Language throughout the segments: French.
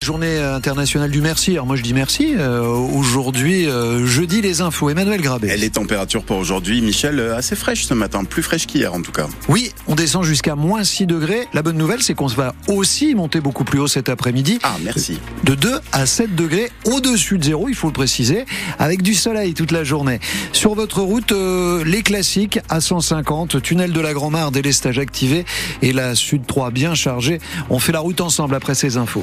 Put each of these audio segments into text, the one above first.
journée internationale du merci. Alors moi je dis merci. Aujourd'hui, jeudi, les infos. Emmanuel Grabé. Les températures pour aujourd'hui, Michel, assez fraîches ce matin, plus fraîches qu'hier en tout cas. Oui, on descend jusqu'à moins 6 degrés. La bonne nouvelle, c'est qu'on va aussi monter beaucoup plus haut cet après-midi. Ah, merci. De 2 à 7 degrés au-dessus de zéro, il faut le préciser, avec du soleil toute la journée. Sur votre route, les classiques à 150, tunnel de la Grand-Mare, délestage activé et la Sud 3 bien chargée. On fait la route ensemble après ces infos.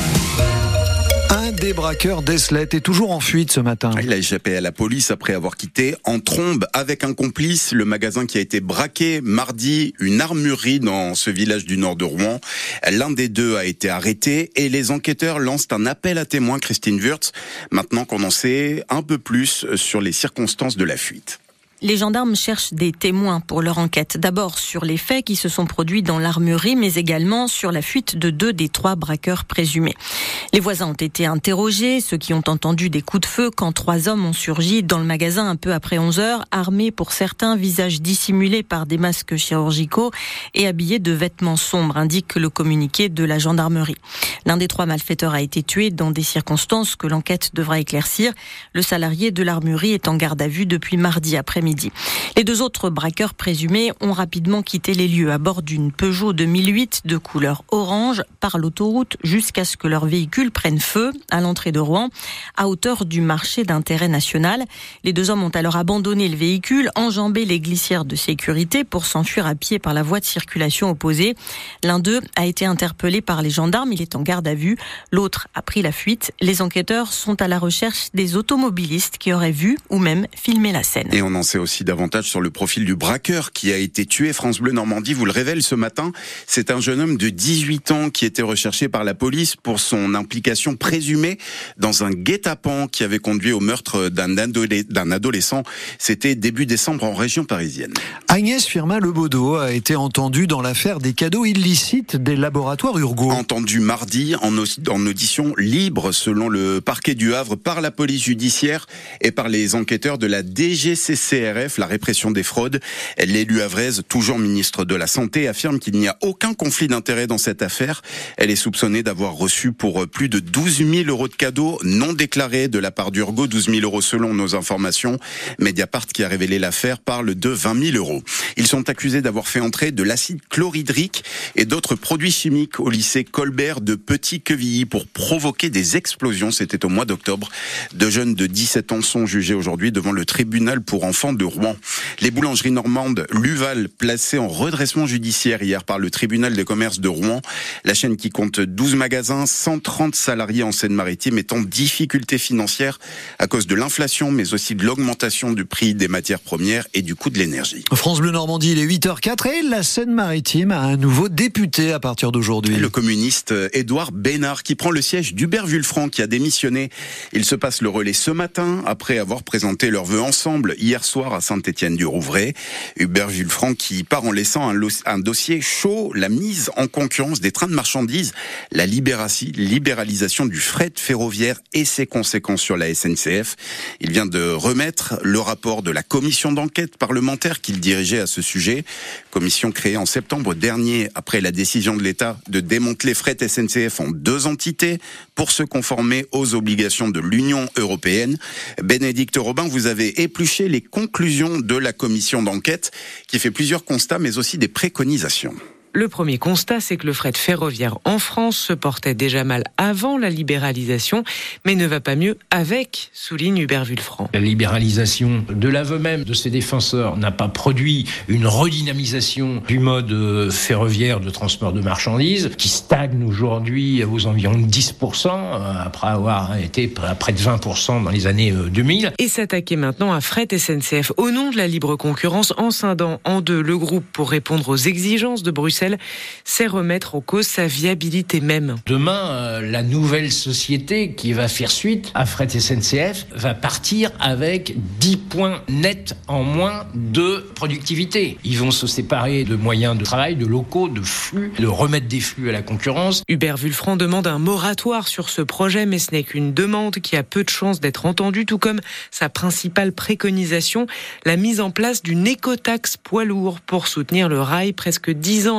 Un des braqueurs d'Eslet est toujours en fuite ce matin. Il a échappé à la police après avoir quitté en trombe avec un complice le magasin qui a été braqué mardi, une armurerie dans ce village du nord de Rouen. L'un des deux a été arrêté et les enquêteurs lancent un appel à témoins, Christine Wurtz, maintenant qu'on en sait un peu plus sur les circonstances de la fuite. Les gendarmes cherchent des témoins pour leur enquête. D'abord sur les faits qui se sont produits dans l'armurerie, mais également sur la fuite de 2 des 3 braqueurs présumés. Les voisins ont été interrogés, ceux qui ont entendu des coups de feu quand 3 hommes ont surgi dans le magasin un peu après 11h, armés pour certains, visages dissimulés par des masques chirurgicaux et habillés de vêtements sombres, indique le communiqué de la gendarmerie. L'un des 3 malfaiteurs a été tué dans des circonstances que l'enquête devra éclaircir. Le salarié de l'armurerie est en garde à vue depuis mardi après-midi. Les 2 autres braqueurs présumés ont rapidement quitté les lieux à bord d'une Peugeot 2008 de couleur orange par l'autoroute jusqu'à ce que leur véhicule prenne feu à l'entrée de Rouen, à hauteur du marché d'intérêt national. Les 2 hommes ont alors abandonné le véhicule, enjambé les glissières de sécurité pour s'enfuir à pied par la voie de circulation opposée. L'un d'eux a été interpellé par les gendarmes, il est en garde à vue. L'autre a pris la fuite. Les enquêteurs sont à la recherche des automobilistes qui auraient vu ou même filmé la scène. Et on en sait aussi davantage sur le profil du braqueur qui a été tué. France Bleu Normandie vous le révèle ce matin. C'est un jeune homme de 18 ans qui était recherché par la police pour son implication présumée dans un guet-apens qui avait conduit au meurtre d'un adolescent. C'était début décembre en région parisienne. Agnès Firmin-Lebaudot a été entendue dans l'affaire des cadeaux illicites des laboratoires Urgo. Entendue mardi en audition libre selon le parquet du Havre par la police judiciaire et par les enquêteurs de la DGCCRF, la répression des fraudes. L'élue havraise, toujours ministre de la Santé, affirme qu'il n'y a aucun conflit d'intérêt dans cette affaire. Elle est soupçonnée d'avoir reçu pour plus de 12 000 euros de cadeaux non déclarés de la part d'Urgo, 12 000 euros selon nos informations. Mediapart, qui a révélé l'affaire, parle de 20 000 euros. Ils sont accusés d'avoir fait entrer de l'acide chlorhydrique et d'autres produits chimiques au lycée Colbert de Petit-Quevilly pour provoquer des explosions. C'était au mois d'octobre. 2 jeunes de 17 ans sont jugés aujourd'hui devant le tribunal pour enfants de Rouen. Les boulangeries normandes Luval, placées en redressement judiciaire hier par le tribunal de commerce de Rouen. La chaîne qui compte 12 magasins, 130 salariés en Seine-Maritime est en difficulté financière à cause de l'inflation, mais aussi de l'augmentation du prix des matières premières et du coût de l'énergie. France Bleu Normandie, il est 8h04 et la Seine-Maritime a un nouveau député à partir d'aujourd'hui. Le communiste Édouard Bénard qui prend le siège d'Hubert Vulfranc qui a démissionné. Il se passe le relais ce matin après avoir présenté leurs vœux ensemble hier soir à Saint-Étienne-du-Rouvray. Hubert Vulfranc qui part en laissant un dossier chaud, la mise en concurrence des trains de marchandises, la libéralisation du fret ferroviaire et ses conséquences sur la SNCF. Il vient de remettre le rapport de la commission d'enquête parlementaire qu'il dirigeait à ce sujet. Commission créée en septembre dernier après la décision de l'État de démanteler Fret SNCF en 2 entités pour se conformer aux obligations de l'Union européenne. Bénédicte Robin, vous avez épluché les conclusions de la commission d'enquête qui fait plusieurs constats mais aussi des préconisations. Le premier constat, c'est que le fret ferroviaire en France se portait déjà mal avant la libéralisation, mais ne va pas mieux avec, souligne Hubert Vulfranc. La libéralisation, de l'aveu même de ses défenseurs, n'a pas produit une redynamisation du mode ferroviaire de transport de marchandises, qui stagne aujourd'hui aux environs de 10%, après avoir été à près de 20% dans les années 2000. Et s'attaquer maintenant à Fret SNCF au nom de la libre concurrence, en scindant en 2 le groupe pour répondre aux exigences de Bruxelles, c'est remettre en cause sa viabilité même. Demain, la nouvelle société qui va faire suite à Fret SNCF va partir avec 10 points nets en moins de productivité. Ils vont se séparer de moyens de travail, de locaux, de flux, de remettre des flux à la concurrence. Hubert Vulfranc demande un moratoire sur ce projet, mais ce n'est qu'une demande qui a peu de chances d'être entendue, tout comme sa principale préconisation, la mise en place d'une écotaxe poids lourd pour soutenir le rail presque 10 ans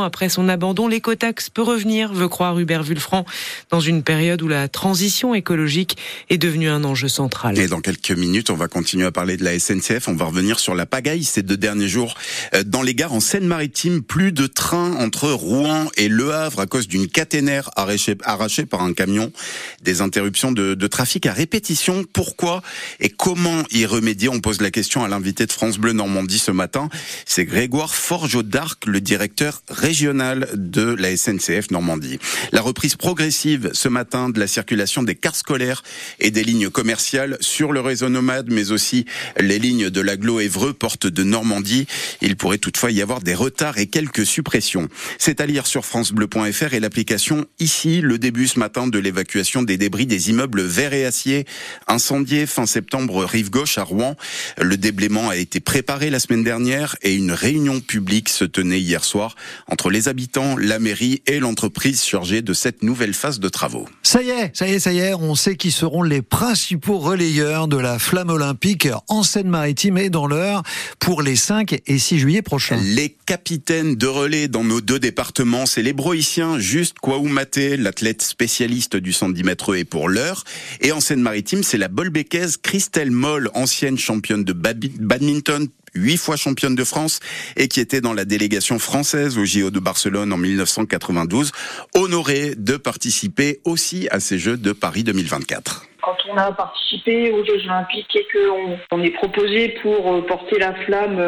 après son abandon, l'écotaxe peut revenir, veut croire Hubert Wulfranc, dans une période où la transition écologique est devenue un enjeu central. Et dans quelques minutes, on va continuer à parler de la SNCF. On va revenir sur la pagaille ces 2 derniers jours. Dans les gares en Seine-Maritime, plus de trains entre Rouen et Le Havre à cause d'une caténaire arrachée par un camion. Des interruptions de trafic à répétition. Pourquoi et comment y remédier? On pose la question à l'invité de France Bleu Normandie ce matin. C'est Grégoire Forgeot d'Arc, le directeur régional de la SNCF Normandie. La reprise progressive ce matin de la circulation des cars scolaires et des lignes commerciales sur le réseau nomade, mais aussi les lignes de l'agglo Évreux, porte de Normandie. Il pourrait toutefois y avoir des retards et quelques suppressions. C'est à lire sur francebleu.fr et l'application Ici, le début ce matin de l'évacuation des débris des immeubles verts et acier incendiés fin septembre rive gauche à Rouen. Le déblaiement a été préparé la semaine dernière et une réunion publique se tenait hier soir entre les habitants, la mairie et l'entreprise chargée de cette nouvelle phase de travaux. Ça y est, on sait qui seront les principaux relayeurs de la flamme olympique en Seine-Maritime et dans l'Eure pour les 5 et 6 juillet prochains. Les capitaines de relais dans nos 2 départements, c'est les Broïciens Juste Kouaoumaté, l'athlète spécialiste du 110 mètres et pour l'Eure. Et en Seine-Maritime, c'est la Bolbeckaise Christelle Moll, ancienne championne de badminton, 8 fois championne de France et qui était dans la délégation française au JO de Barcelone en 1992, honorée de participer aussi à ces Jeux de Paris 2024. Quand on a participé aux Jeux Olympiques et qu'on est proposé pour porter la flamme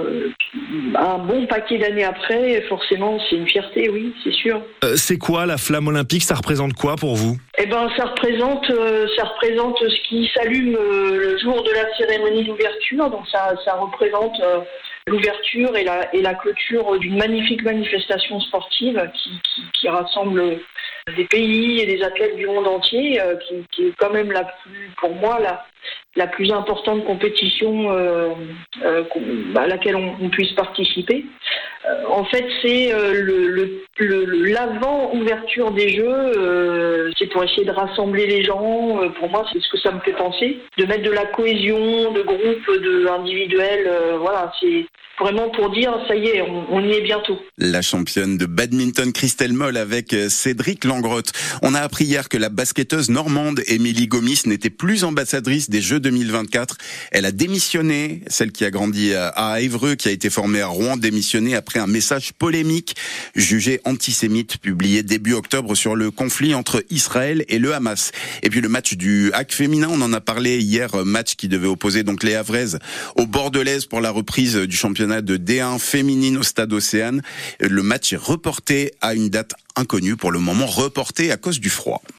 un bon paquet d'années après, forcément c'est une fierté, oui, c'est sûr. C'est quoi la flamme olympique? Ça représente quoi pour vous? Ça représente ce qui s'allume le jour de la cérémonie d'ouverture. Donc ça représente l'ouverture et la clôture d'une magnifique manifestation sportive qui rassemble des pays et des athlètes du monde entier, qui est quand même pour moi la plus importante compétition à laquelle on puisse participer. En fait, c'est l'avant-ouverture des Jeux, c'est pour essayer de rassembler les gens. Pour moi, c'est ce que ça me fait penser, de mettre de la cohésion, de groupe, individuel. Voilà, c'est vraiment pour dire, ça y est, on y est bientôt. La championne de badminton Christelle Moll avec Cédric Langrotte. On a appris hier que la basketteuse normande Émilie Gomis n'était plus ambassadrice des Jeux 2024. Elle a démissionné, celle qui a grandi à Évreux, qui a été formée à Rouen, démissionné après un message polémique jugé antisémite publié début octobre sur le conflit entre Israël et le Hamas. Et puis le match du hack féminin, on en a parlé hier, match qui devait opposer donc les Havraises aux Bordelaises pour la reprise du championnat de D1 féminine au stade Océane. Le match est reporté à une date inconnue pour le moment, reporté à cause du froid.